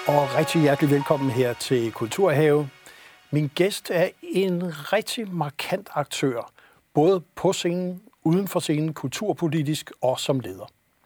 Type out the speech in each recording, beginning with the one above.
Og rigtig hjertelig velkommen her til Kulturhave. Min gæst er en rigtig markant aktør, både på scenen, uden for scenen, kulturpolitisk og som leder.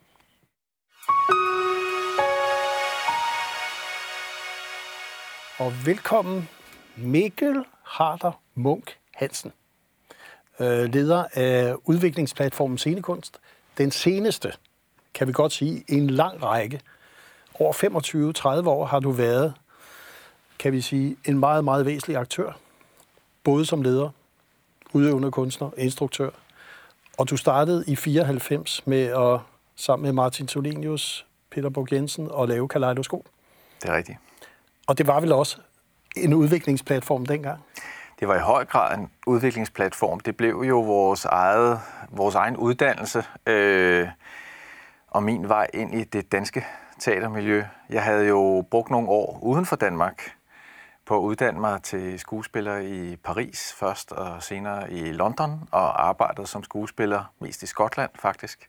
Og velkommen Mikkel Harder Munch Hansen, leder af udviklingsplatformen Scenekunst. Den seneste, kan vi godt sige, en lang række. Over 25-30 år har du været, kan vi sige, en meget, meget væsentlig aktør. Både som leder, udøvende kunstner, instruktør. Og du startede i 94 med at, sammen med Martin Solenius, Peter Bug Jensen, og lave Kaleidoskop. Det er rigtigt. Og det var vel også en udviklingsplatform dengang? Det var i høj grad en udviklingsplatform. Det blev jo vores egen uddannelse og min vej ind i det danske teatermiljø. Jeg havde jo brugt nogle år uden for Danmark på at uddanne mig til skuespiller i Paris først, og senere i London, og arbejdede som skuespiller mest i Skotland faktisk.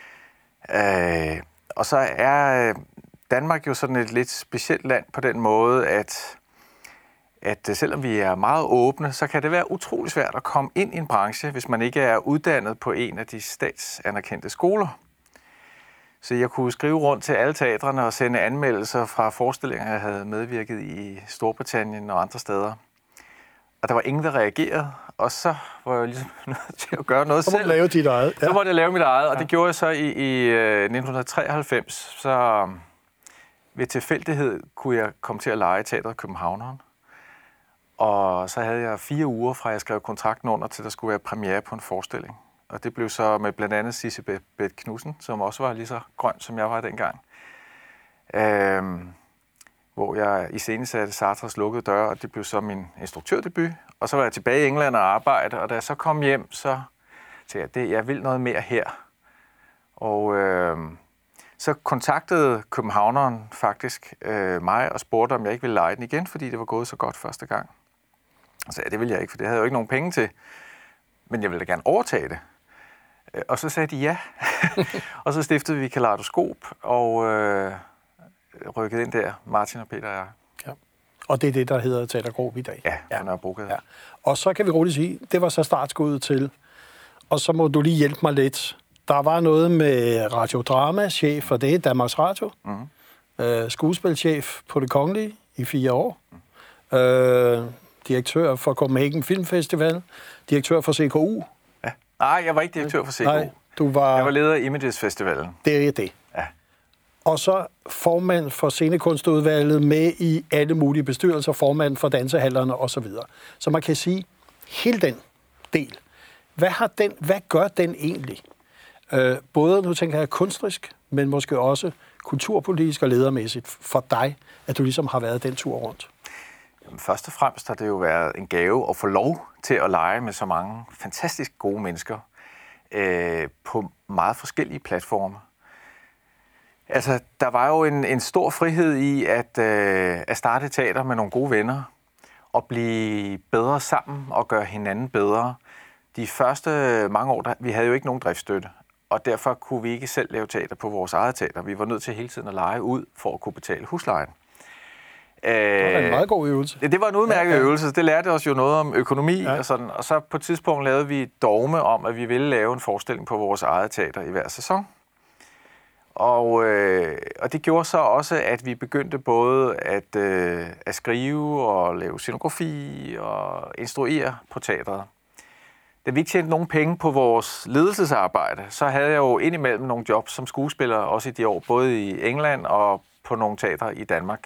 Og så er Danmark jo sådan et lidt specielt land på den måde, at selvom vi er meget åbne, så kan det være utrolig svært at komme ind i en branche, hvis man ikke er uddannet på en af de statsanerkendte skoler. Så jeg kunne skrive rundt til alle teatrene og sende anmeldelser fra forestillinger, jeg havde medvirket i Storbritannien og andre steder. Og der var ingen, der reagerede, og så var jeg ligesom nødt til at gøre noget selv. Så måtte du lave dit eget. Ja. Så måtte jeg lave mit eget, og det gjorde jeg så i 1993. Så ved tilfældighed kunne jeg komme til at leje teatret Københavneren. Og så havde jeg 4 uger fra, jeg skrev kontrakten under, til der skulle være premiere på en forestilling. Og det blev så med blandt andet Sisse Beth Knudsen, som også var lige så grøn, som jeg var dengang. Hvor jeg iscenesatte Sartres lukkede døre, og det blev så min instruktørdebut. Og så var jeg tilbage i England og arbejde, og da jeg så kom hjem, så tænkte jeg vil noget mere her. Og så kontaktede Københavneren faktisk mig og spurgte, om jeg ikke ville leje den igen, fordi det var gået så godt første gang. Og så sagde jeg, det ville jeg ikke, for det havde jeg jo ikke nogen penge til. Men jeg ville da gerne overtage det. Og så sagde de ja. Og så stiftede vi Kaleidoskop og rykkede ind der, Martin og Peter og jeg. Ja. Og det er det, der hedder Teatergruppe i dag. Ja, på Nørrebrogade. Ja. Og så kan vi roligt sige, det var så startskuddet til. Og så må du lige hjælpe mig lidt. Der var noget med radiodrama-chef for det, Danmarks Radio. Skuespilchef på Det Kongelige i 4 år. Direktør for Copenhagen Film Festival. Direktør for CKU. Ja. Nej, jeg var ikke direktør for CKU. Nej, jeg var leder af Images Festivalen. Det er det. Ja. Og så formand for Scenekunstudvalget med i alle mulige bestyrelser, formand for dansehallerne osv. Så man kan sige, hele den del, hvad gør den egentlig? Både, nu tænker jeg, kunstnerisk, men måske også kulturpolitisk og ledermæssigt for dig, at du ligesom har været den tur rundt. Jamen, først og fremmest har det jo været en gave at få lov til at lege med så mange fantastisk gode mennesker på meget forskellige platforme. Altså, der var jo en stor frihed i at starte teater med nogle gode venner og blive bedre sammen og gøre hinanden bedre. De første mange år, vi havde jo ikke nogen driftsstøtte, og derfor kunne vi ikke selv lave teater på vores eget teater. Vi var nødt til hele tiden at lege ud for at kunne betale huslejen. Det var en meget god øvelse. Det var en udmærket øvelse. Det lærte os jo noget om økonomi og sådan. Og så på et tidspunkt lavede vi et dogme om, at vi ville lave en forestilling på vores eget teater i hver sæson. Og det gjorde så også, at vi begyndte både at skrive og lave scenografi og instruere på teatret. Da vi ikke tjente nogen penge på vores ledelsesarbejde, så havde jeg jo indimellem nogle jobs som skuespiller, også i de år, både i England og på nogle teatre i Danmark.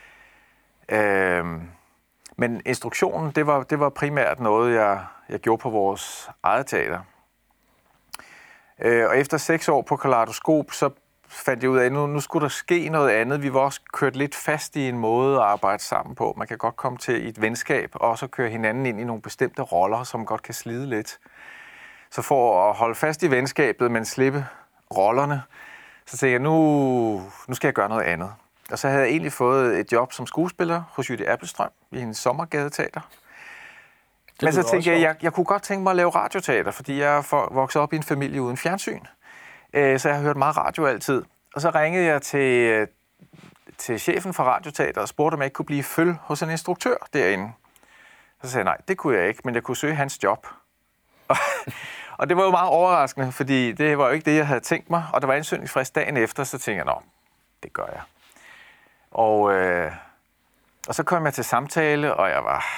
Men instruktionen, det var primært noget, jeg gjorde på vores eget teater. Og efter 6 år på Kaleidoskop, så fandt jeg ud af, at nu skulle der ske noget andet. Vi var også kørt lidt fast i en måde at arbejde sammen på. Man kan godt komme til et venskab, og så køre hinanden ind i nogle bestemte roller, som godt kan slide lidt. Så for at holde fast i venskabet, men slippe rollerne, så tænkte jeg, nu skal jeg gøre noget andet. Og så havde jeg egentlig fået et job som skuespiller hos Jytte Appelstrøm i hendes Sommergadeteater. Men så tænkte jeg kunne godt tænke mig at lave radioteater, fordi jeg er vokset op i en familie uden fjernsyn. Så jeg har hørt meget radio altid. Og så ringede jeg til chefen for Radioteatret og spurgte, om jeg ikke kunne blive følge hos en instruktør derinde. Så sagde jeg, nej, det kunne jeg ikke, men jeg kunne søge hans job. Og det var jo meget overraskende, fordi det var jo ikke det, jeg havde tænkt mig. Og der var ansøgningsfrist dagen efter, så tænkte jeg, nå, det gør jeg. Og så kom jeg til samtale, og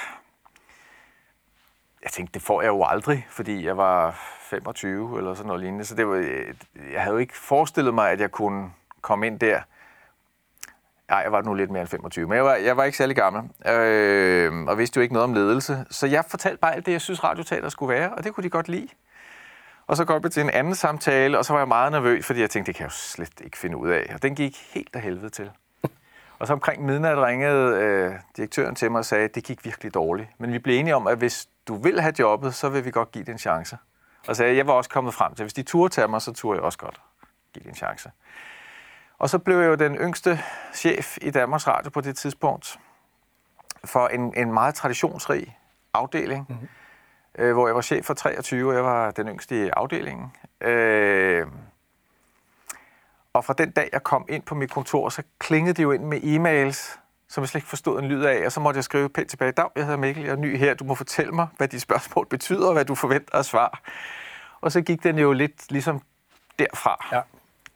jeg tænkte, det får jeg jo aldrig, fordi jeg var 25 eller sådan noget lignende. Så jeg havde jo ikke forestillet mig, at jeg kunne komme ind der. Nej, jeg var nu lidt mere end 25, men jeg var ikke særlig gammel, og vidste jo ikke noget om ledelse. Så jeg fortalte bare alt det, jeg synes, Radioteater skulle være, og det kunne de godt lide. Og så kom jeg til en anden samtale, og så var jeg meget nervøs, fordi jeg tænkte, det kan jeg jo slet ikke finde ud af. Og den gik helt af helvede til. Og så omkring midnat ringede direktøren til mig og sagde, at det gik virkelig dårligt. Men vi blev enige om, at hvis du vil have jobbet, så vil vi godt give det en chance. Og sagde, jeg var også kommet frem til, at hvis de turde tage mig, så turde jeg også godt give det en chance. Og så blev jeg jo den yngste chef i Danmarks Radio på det tidspunkt for en meget traditionsrig afdeling, hvor jeg var chef for 23, og jeg var den yngste i afdelingen. Og fra den dag, jeg kom ind på mit kontor, så klingede det jo ind med e-mails, som jeg slet ikke forstod en lyd af, og så måtte jeg skrive pænt tilbage, dag, jeg hedder Mikkel, jeg er ny her, du må fortælle mig, hvad de spørgsmål betyder, og hvad du forventer at svare. Og så gik den jo lidt ligesom derfra. Ja.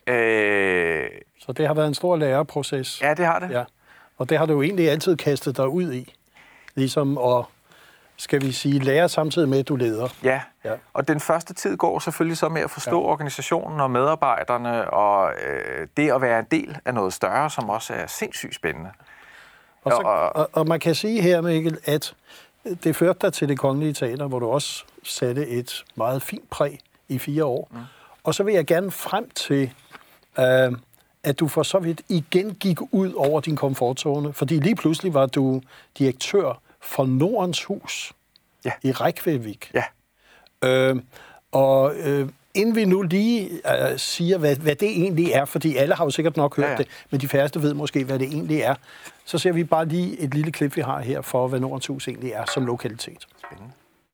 Så det har været en stor læreproces. Ja, det har det. Ja. Og det har du jo egentlig altid kastet dig ud i. Ligesom at, skal vi sige, lære samtidig med, at du leder. Ja. Og den første tid går selvfølgelig så med at forstå organisationen og medarbejderne, og det at være en del af noget større, som også er sindssygt spændende. Og man kan sige her, Mikkel, at det førte dig til Det Kongelige Teater, hvor du også satte et meget fint præg i 4 år. Og så vil jeg gerne frem til, at du for så vidt igen gik ud over din komfortzone, fordi lige pludselig var du direktør for Nordens Hus i Reykjavik. Ja. Inden vi nu lige siger, hvad det egentlig er, fordi alle har jo sikkert nok hørt det, men de færreste ved måske, hvad det egentlig er, så ser vi bare lige et lille klip, vi har her for, hvad Nordens Hus egentlig er som lokalitet. Spændende.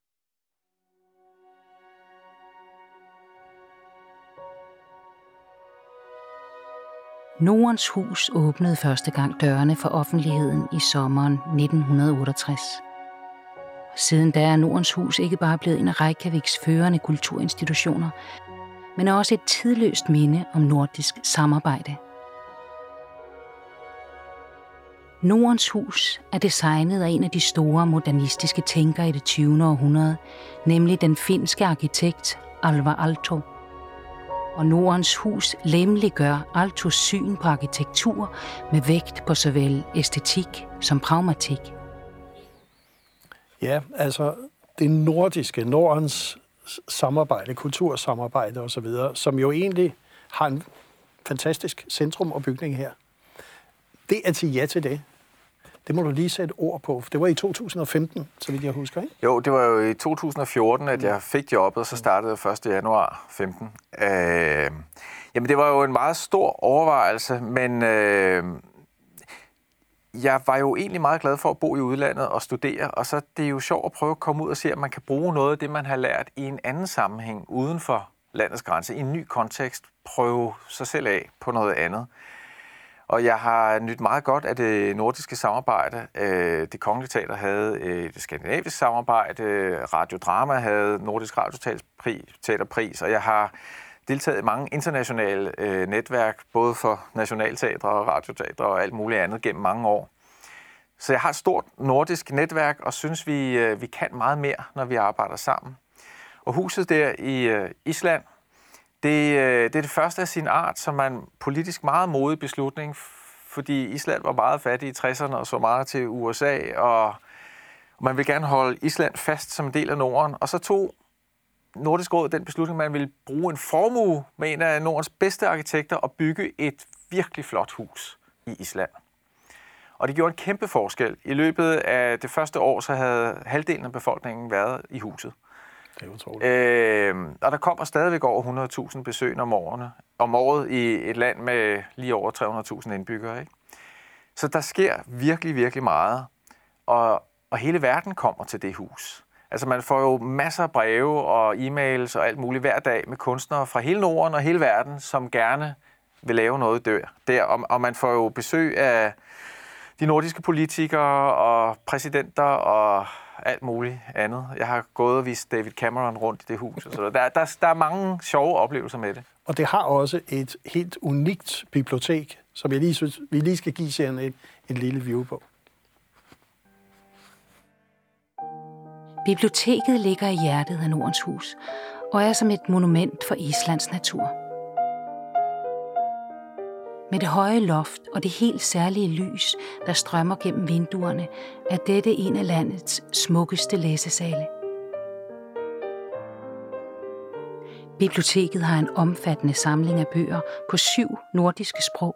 Nordens Hus åbnede første gang dørene for offentligheden i sommeren 1968. Siden da er Nordens Hus ikke bare blevet en af Reykjaviks førende kulturinstitutioner, men også et tidløst minde om nordisk samarbejde. Nordens Hus er designet af en af de store modernistiske tænkere i det 20. århundrede, nemlig den finske arkitekt Alvar Aalto. Og Nordens Hus lemliggør Aaltos syn på arkitektur med vægt på såvel æstetik som pragmatik. Ja, altså det nordiske, Nordens samarbejde, kultursamarbejde osv., som jo egentlig har en fantastisk centrum og bygning her. Det at sige ja til det, det må du lige sætte ord på. Det var i 2015, så vidt jeg husker, ikke? Jo, det var jo i 2014, at jeg fik jobbet, og så startede jeg 1. januar 15. Jamen, det var jo en meget stor overvejelse, men jeg var jo egentlig meget glad for at bo i udlandet og studere, og så det er jo sjovt at prøve at komme ud og se, om man kan bruge noget af det, man har lært i en anden sammenhæng uden for landets grænse, i en ny kontekst, prøve sig selv af på noget andet. Og jeg har nydt meget godt af det nordiske samarbejde. Det Kongelige Teater havde det skandinaviske samarbejde, Radiodrama havde Nordisk Radioteaterpris, og jeg har deltaget i mange internationale netværk, både for nationalteatre og radioteatre og alt muligt andet gennem mange år. Så jeg har et stort nordisk netværk, og synes, vi kan meget mere, når vi arbejder sammen. Og huset der i Island, det er det første af sin art, som er en politisk meget modig beslutning, fordi Island var meget fattig i 60'erne og så meget til USA, og man vil gerne holde Island fast som en del af Norden. Og så tog Nordisk Råd den beslutning, man ville bruge en formue med en af Nordens bedste arkitekter og bygge et virkelig flot hus i Island. Og det gjorde en kæmpe forskel. I løbet af det første år, så havde halvdelen af befolkningen været i huset. Det er utroligt. Og der kommer stadigvæk over 100.000 besøgende om året i et land med lige over 300.000 indbyggere. Ikke? Så der sker virkelig, virkelig meget. Og hele verden kommer til det hus. Altså man får jo masser af breve og e-mails og alt muligt hver dag med kunstnere fra hele Norden og hele verden, som gerne vil lave noget der. Og man får jo besøg af de nordiske politikere og præsidenter og alt muligt andet. Jeg har gået og vist David Cameron rundt i det hus. Så der er mange sjove oplevelser med det. Og det har også et helt unikt bibliotek, som jeg lige synes, vi lige skal give serien en lille view på. Biblioteket ligger i hjertet af Nordens Hus og er som et monument for Islands natur. Med det høje loft og det helt særlige lys, der strømmer gennem vinduerne, er dette en af landets smukkeste læsesale. Biblioteket har en omfattende samling af bøger på 7 nordiske sprog.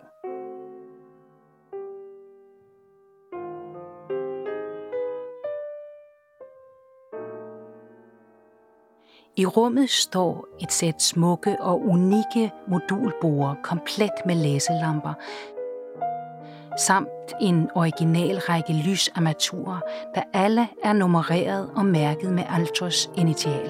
I rummet står et sæt smukke og unikke modulborde, komplet med læselamper, samt en original række lysarmaturer, der alle er nummereret og mærket med Altos initialer.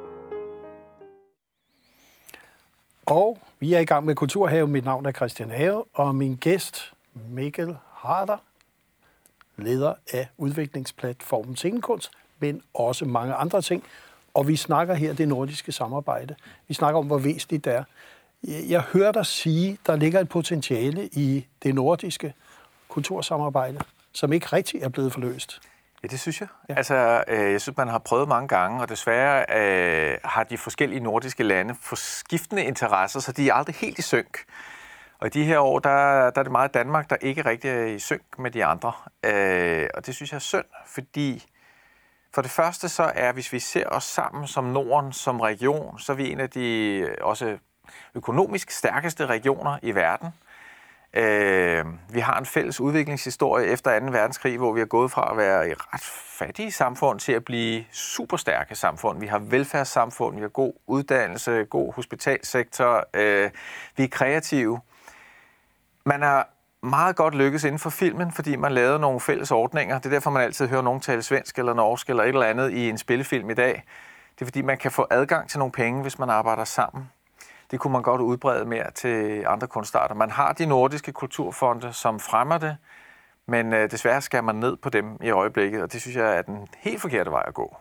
Og vi er i gang med Kulturhave. Mit navn er Christian Have, og min gæst, Mikkel Harder, leder af udviklingsplatformen Scenekunst, men også mange andre ting. Og vi snakker her det nordiske samarbejde. Vi snakker om, hvor væsentligt det er. Jeg hører dig sige, der ligger et potentiale i det nordiske kultursamarbejde, som ikke rigtig er blevet forløst. Ja, det synes jeg. Ja. Altså, jeg synes, man har prøvet mange gange, og desværre har de forskellige nordiske lande for skiftende interesser, så de er aldrig helt i synk. Og i de her år, der er det meget Danmark, der ikke rigtig er i synk med de andre. Og det synes jeg er synd, fordi for det første så er, hvis vi ser os sammen som Norden, som region, så er vi en af de også økonomisk stærkeste regioner i verden. Vi har en fælles udviklingshistorie efter 2. verdenskrig, hvor vi er gået fra at være et ret fattige samfund til at blive superstærke samfund. Vi har velfærdssamfund, vi har god uddannelse, god hospitalsektor, vi er kreative. Man er meget godt lykkes inden for filmen, fordi man lavede nogle fælles ordninger. Det er derfor, man altid hører nogen tale svensk eller norsk eller et eller andet i en spillefilm i dag. Det er fordi, man kan få adgang til nogle penge, hvis man arbejder sammen. Det kunne man godt udbrede mere til andre kunstarter. Man har de nordiske kulturfonde, som fremmer det, men desværre skal man ned på dem i øjeblikket, og det synes jeg er den helt forkerte vej at gå.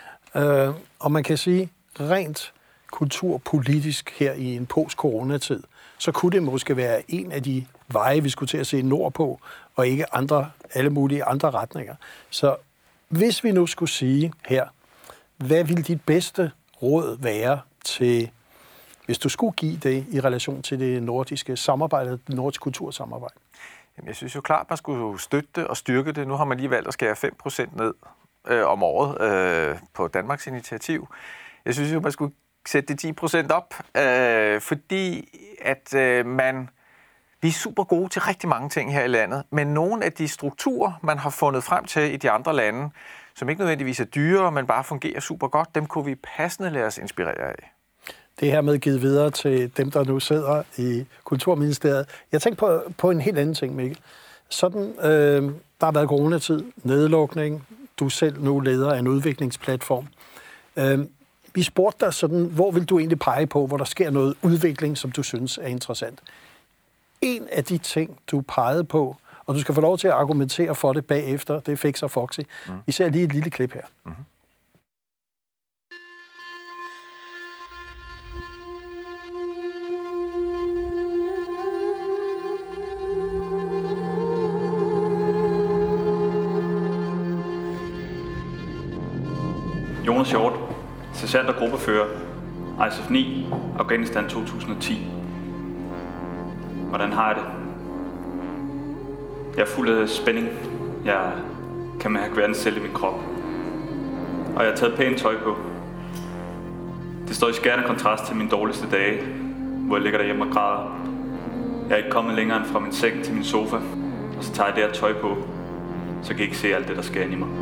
Og man kan sige, rent kulturpolitisk her i en post-coronatid, så kunne det måske være en af de veje, vi skulle til at se nordpå, og ikke alle mulige andre retninger. Så hvis vi nu skulle sige her, hvad ville dit bedste råd være til, hvis du skulle give det i relation til det nordiske samarbejde, det nordiske kultursamarbejde? Jamen, jeg synes jo klart, man skulle støtte det og styrke det. Nu har man lige valgt at skære 5% ned om året på Danmarks initiativ. Jeg synes jo, man skulle sætte det 10% op, fordi at vi er super gode til rigtig mange ting her i landet, men nogle af de strukturer, man har fundet frem til i de andre lande, som ikke nødvendigvis er dyre, men bare fungerer super godt, dem kunne vi passende lade os inspirere af. Det her med givet videre til dem, der nu sidder i Kulturministeriet. Jeg tænker på en helt anden ting, Mikkel. Sådan, der har været coronatid, nedlukning, du selv nu leder af en udviklingsplatform. Vi spurgte dig sådan, hvor vil du egentlig pege på, hvor der sker noget udvikling, som du synes er interessant? En af de ting, du pegede på, og du skal få lov til at argumentere for det bagefter, det er Fix og Foxy. Vi ser lige et lille klip her. Mm-hmm. Jonas Hjort, sergeant og gruppefører, ISAF 9, Afghanistan 2010. Hvordan har jeg det? Jeg er fuld af spænding. Jeg kan mærke verdens selv i min krop. Og jeg har taget pænt tøj på. Det står i skærende kontrast til mine dårligste dage, hvor jeg ligger derhjemme og græder. Jeg er ikke kommet længere end fra min seng til min sofa, og så tager jeg det her tøj på, så kan jeg ikke se alt det, der sker inde i mig.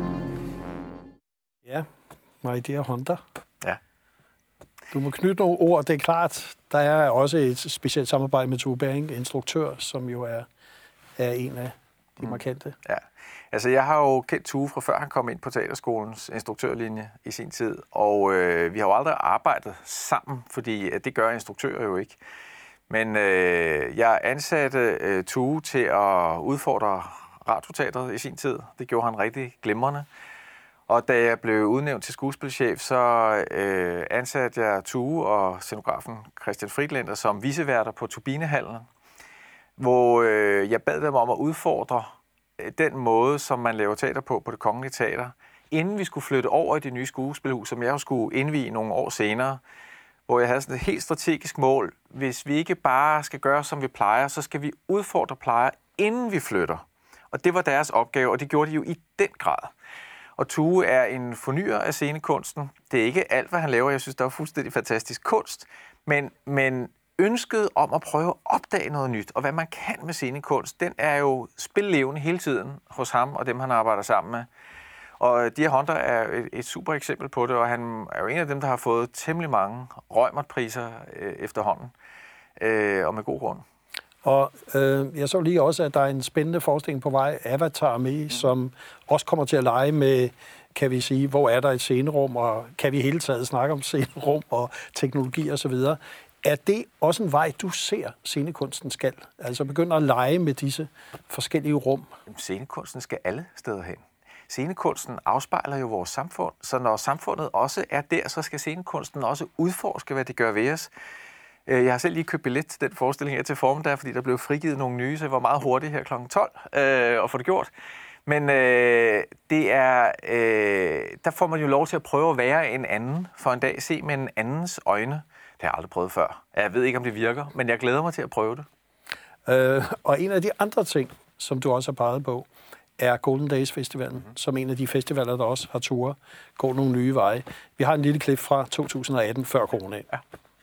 Ja, my dear Hunter. Ja. Du må knytte nogle ord. Det er klart, der er også et specielt samarbejde med Tue Bering, instruktør, som jo er en af de markante. Ja. Altså, jeg har jo kendt Tue fra før han kom ind på teaterskolens instruktørlinje i sin tid, og vi har jo aldrig arbejdet sammen, fordi det gør instruktører jo ikke. Men jeg ansatte Tue til at udfordre Radioteatret i sin tid. Det gjorde han rigtig glimrende. Og da jeg blev udnævnt til skuespilchef, så ansatte jeg Tue og scenografen Christian Friedlander som viceværter på Turbinehallen, hvor jeg bad dem om at udfordre den måde, som man laver teater på Det Kongelige Teater, inden vi skulle flytte over i det nye skuespilhus, som jeg jo skulle indvie nogle år senere, hvor jeg havde sådan et helt strategisk mål. Hvis vi ikke bare skal gøre, som vi plejer, så skal vi udfordre plejer, inden vi flytter. Og det var deres opgave, og det gjorde de jo i den grad. Og Tue er en fornyer af scenekunsten. Det er ikke alt, hvad han laver. Jeg synes, der er fuldstændig fantastisk kunst. Men ønsket om at prøve at opdage noget nyt, og hvad man kan med scenekunst, den er jo spillevende hele tiden hos ham og dem, han arbejder sammen med. Og De Hunter er et super eksempel på det, og han er jo en af dem, der har fået temmelig mange Reumertpriser efterhånden, og med god grund. Og jeg så lige også, at der er en spændende forestilling på vej, Avatar med, som også kommer til at lege med, kan vi sige, hvor er der et scenerum, og kan vi hele taget snakke om scenerum og teknologi osv. Er det også en vej, du ser scenekunsten skal? Altså begynder at lege med disse forskellige rum? Scenekunsten skal alle steder hen. Scenekunsten afspejler jo vores samfund, så når samfundet også er der, så skal scenekunsten også udforske, hvad det gør ved os. Jeg har selv lige købt billet til den forestilling her til formiddag, fordi der blev frigivet nogle nye, så jeg var meget hurtigt her kl. 12 at få det gjort. Men der får man jo lov til at prøve at være en anden for en dag, se med en andens øjne. Det har jeg aldrig prøvet før. Jeg ved ikke, om det virker, men jeg glæder mig til at prøve det. Og en af de andre ting, som du også har peget på, er Golden Days Festivalen, som en af de festivaler, der også har turet, går nogle nye veje. Vi har en lille klip fra 2018, før corona. Ja.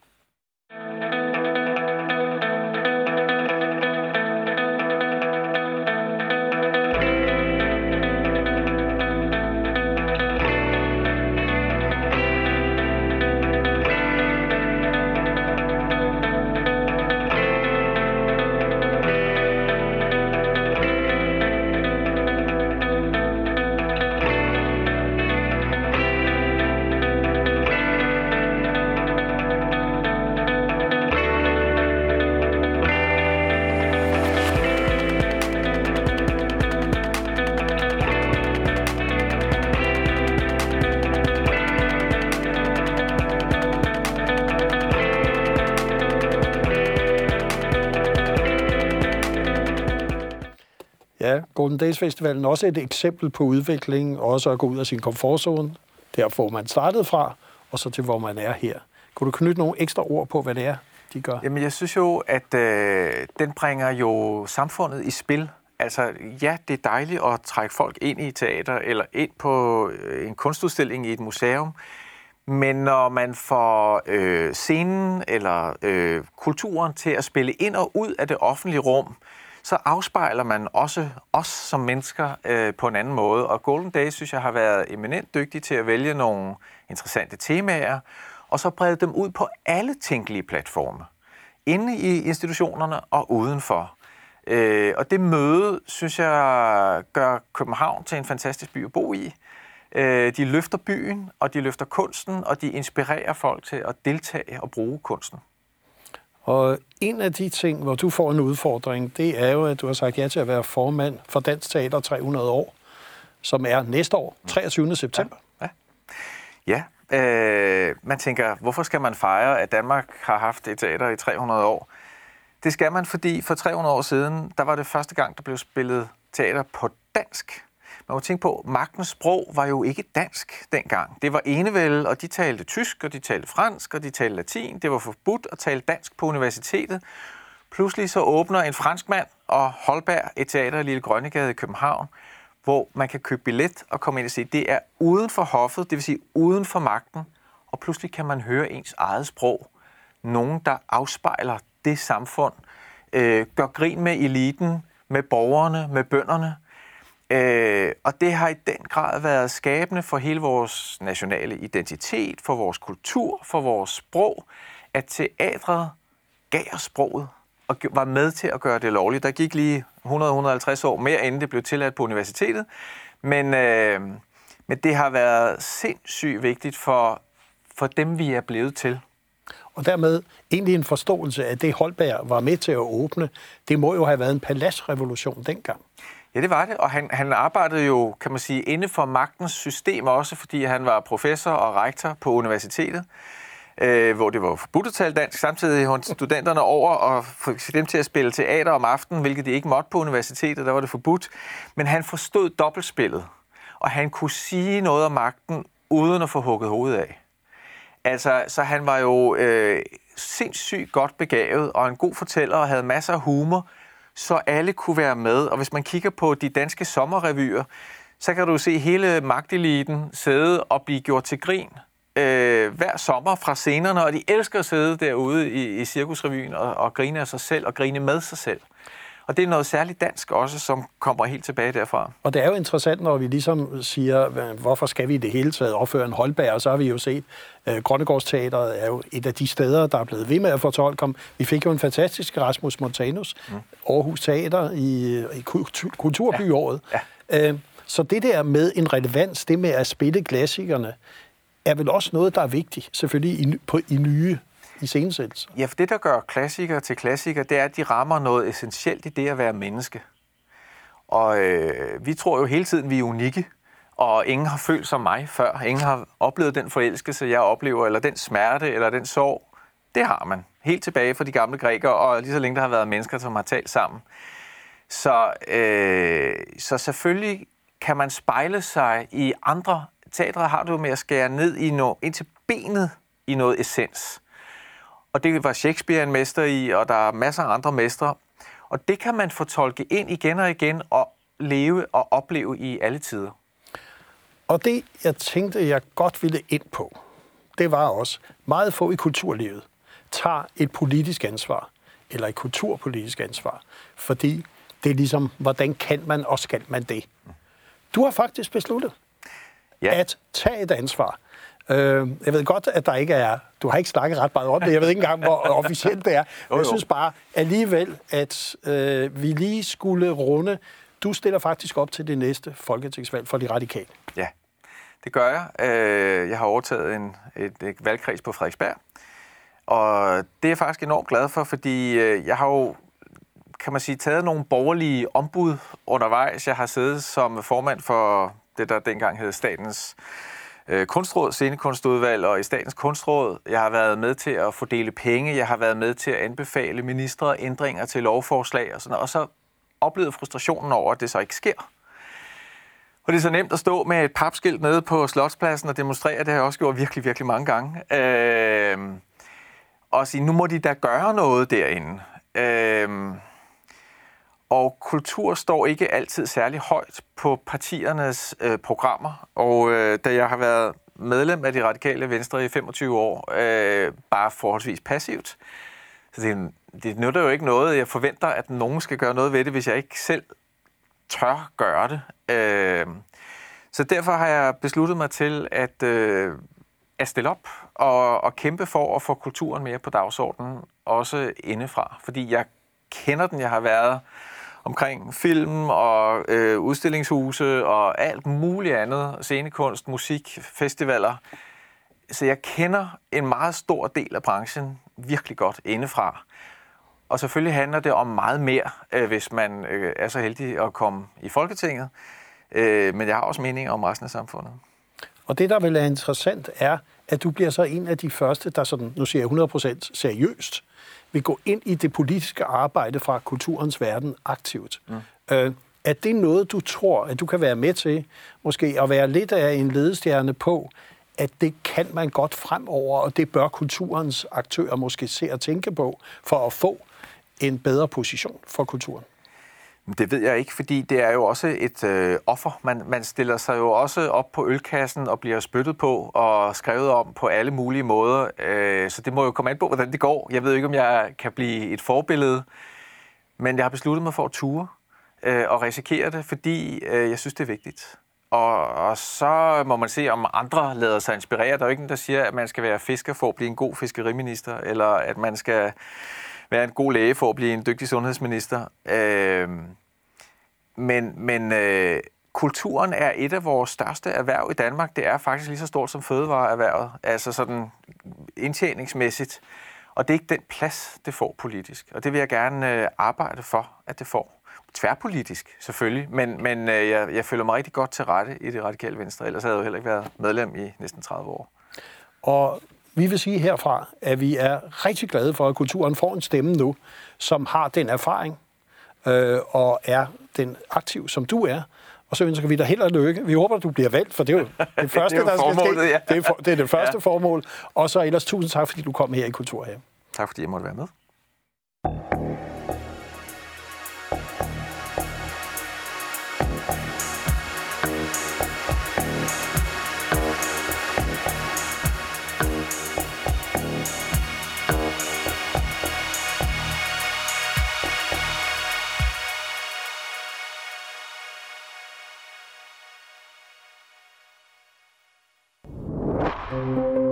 Ja, Golden Days Festivalen er også et eksempel på udvikling, også at gå ud af sin komfortzone, der hvor man startede fra, og så til hvor man er her. Kunne du knytte nogle ekstra ord på, hvad det er, de gør? Jamen, jeg synes jo, at den bringer jo samfundet i spil. Altså, ja, det er dejligt at trække folk ind i teater, eller ind på en kunstudstilling i et museum, men når man får scenen eller kulturen til at spille ind og ud af det offentlige rum, så afspejler man også os som mennesker på en anden måde. Og Golden Days, synes jeg, har været eminent dygtig til at vælge nogle interessante temaer, og så brede dem ud på alle tænkelige platforme. Inde i institutionerne og udenfor. Og det møde, synes jeg, gør København til en fantastisk by at bo i. De løfter byen, og de løfter kunsten, og de inspirerer folk til at deltage og bruge kunsten. Og en af de ting, hvor du får en udfordring, det er jo, at du har sagt ja til at være formand for Dansk Teater 300 år, som er næste år, 23. september. Ja. Man tænker, hvorfor skal man fejre, at Danmark har haft et teater i 300 år? Det skal man, fordi for 300 år siden, der var det første gang, der blev spillet teater på dansk. Man må tænke på, at magtens sprog var jo ikke dansk dengang. Det var enevælde, og de talte tysk, og de talte fransk, og de talte latin. Det var forbudt at tale dansk på universitetet. Pludselig så åbner en franskmand og Holberg et teater i Lille Grønnegade i København, hvor man kan købe billet og komme ind og se. Det er uden for hoffet, det vil sige uden for magten, og pludselig kan man høre ens eget sprog. Nogen, der afspejler det samfund, gør grin med eliten, med borgerne, med bønderne. Og det har i den grad været skabende for hele vores nationale identitet, for vores kultur, for vores sprog, at teatret gav os sproget og var med til at gøre det lovligt. Der gik lige 100-150 år mere, inden det blev tilladt på universitetet, men det har været sindssygt vigtigt for dem, vi er blevet til. Og dermed egentlig en forståelse af det, Holberg var med til at åbne. Det må jo have været en paladsrevolution dengang. Ja, det var det, og han arbejdede jo, kan man sige, inden for magtens system også, fordi han var professor og rektor på universitetet, hvor det var forbudt at tale dansk. Samtidig holdt studenterne over og fik dem til at spille teater om aftenen, hvilket de ikke måtte på universitetet, der var det forbudt. Men han forstod dobbeltspillet, og han kunne sige noget om magten, uden at få hugget hovedet af. Altså, så han var jo sindssygt godt begavet, og en god fortæller, og havde masser af humor, så alle kunne være med. Og hvis man kigger på de danske sommerrevyer, så kan du se hele magteliten sidde og blive gjort til grin hver sommer fra scenerne, og de elsker at sidde derude i Cirkusrevyen og grine af sig selv og grine med sig selv. Og det er noget særligt dansk også, som kommer helt tilbage derfra. Og det er jo interessant, når vi ligesom siger, hvorfor skal vi i det hele taget opføre en Holberg, og så har vi jo set, Grønnegårdsteatret er jo et af de steder, der er blevet ved med at fortolke om. Vi fik jo en fantastisk Rasmus Montanus, Aarhus Teater i Kulturbyåret. Ja. Så det der med en relevans, det med at spille klassikerne, er vel også noget, der er vigtigt, selvfølgelig i nye iscenesættelser. Ja, for det, der gør klassikere til klassikere, det er, at de rammer noget essentielt i det at være menneske. Og vi tror jo hele tiden, vi er unikke, og ingen har følt som mig før. Ingen har oplevet den forelskelse, jeg oplever, eller den smerte, eller den sorg. Det har man. Helt tilbage fra de gamle grækere, og lige så længe der har været mennesker, som har talt sammen. Så selvfølgelig kan man spejle sig i andre. Teatret har du med at skære ned ind til benet i noget essens. Og det var Shakespeare en mester i, og der er masser af andre mestre. Og det kan man fortolke ind igen og igen, og leve og opleve i alle tider. Og det, jeg tænkte, jeg godt ville ind på, det var også, meget få i kulturlivet tager et politisk ansvar, eller et kulturpolitisk ansvar, fordi det er ligesom, hvordan kan man og skal man det? Du har faktisk besluttet at tage et ansvar. Jeg ved godt, at der ikke er... Du har ikke snakket ret meget om det. Jeg ved ikke engang, hvor officielt det er. Jeg synes bare alligevel, at vi lige skulle runde. Du stiller faktisk op til det næste folketingsvalg for de radikale. Ja, det gør jeg. Jeg har overtaget et valgkreds på Frederiksberg. Og det er jeg faktisk enormt glad for, fordi jeg har jo, kan man sige, taget nogle borgerlige ombud undervejs. Jeg har siddet som formand for det, der dengang hed Statens Kunstråd, Scenekunstudvalg og i Statens Kunstråd. Jeg har været med til at fordele penge. Jeg har været med til at anbefale ministre ændringer til lovforslag og sådan noget. Og så oplevede frustrationen over, at det så ikke sker. Og det er så nemt at stå med et papskilt nede på Slotspladsen og demonstrere. Det har jeg også gjort virkelig, virkelig mange gange. Og sige, nu må de da gøre noget derinde. Og kultur står ikke altid særlig højt på partiernes programmer. Og da jeg har været medlem af de radikale Venstre i 25 år, bare forholdsvis passivt. Så det nytter jo ikke noget. Jeg forventer, at nogen skal gøre noget ved det, hvis jeg ikke selv tør gøre det. Så derfor har jeg besluttet mig til at stille op og kæmpe for at få kulturen mere på dagsordenen, også indefra. Fordi jeg kender den, jeg har været omkring film og udstillingshuse og alt muligt andet, scenekunst, musik, festivaler. Så jeg kender en meget stor del af branchen virkelig godt indefra. Og selvfølgelig handler det om meget mere, hvis man er så heldig at komme i Folketinget. Men jeg har også mening om resten af samfundet. Og det, der vel er interessant, er, at du bliver så en af de første, der sådan, nu siger jeg 100% seriøst, vil gå ind i det politiske arbejde fra kulturens verden aktivt. Er det noget, du tror, at du kan være med til, måske at være lidt af en ledestjerne på, at det kan man godt fremover, og det bør kulturens aktører måske se og tænke på, for at få en bedre position for kulturen? Det ved jeg ikke, fordi det er jo også et offer. Man stiller sig jo også op på ølkassen og bliver spyttet på og skrevet om på alle mulige måder. Så det må jo komme an på, hvordan det går. Jeg ved ikke, om jeg kan blive et forbillede, men jeg har besluttet mig for at ture og risikere det, fordi jeg synes, det er vigtigt. Og så må man se, om andre lader sig inspirere. Der er jo ikke nogen, der siger, at man skal være fisker for at blive en god fiskeriminister, eller at man skal være en god læge for at blive en dygtig sundhedsminister. Men kulturen er et af vores største erhverv i Danmark. Det er faktisk lige så stort som fødevareerhvervet. Altså sådan indtjeningsmæssigt. Og det er ikke den plads, det får politisk. Og det vil jeg gerne arbejde for, at det får. Tværpolitisk, selvfølgelig. Men jeg føler mig rigtig godt til rette i det radikale Venstre. Ellers havde jeg jo heller ikke været medlem i næsten 30 år. Og vi vil sige herfra, at vi er rigtig glade for, at kulturen får en stemme nu, som har den erfaring og er den aktiv, som du er. Og så ønsker vi dig held og lykke. Vi håber, at du bliver valgt, for det er jo det første, det er der skal ske. Ja. Det er det første formål. Og så ellers tusind tak, fordi du kom her i Kulturhaven. Tak, fordi jeg måtte være med. Thank you.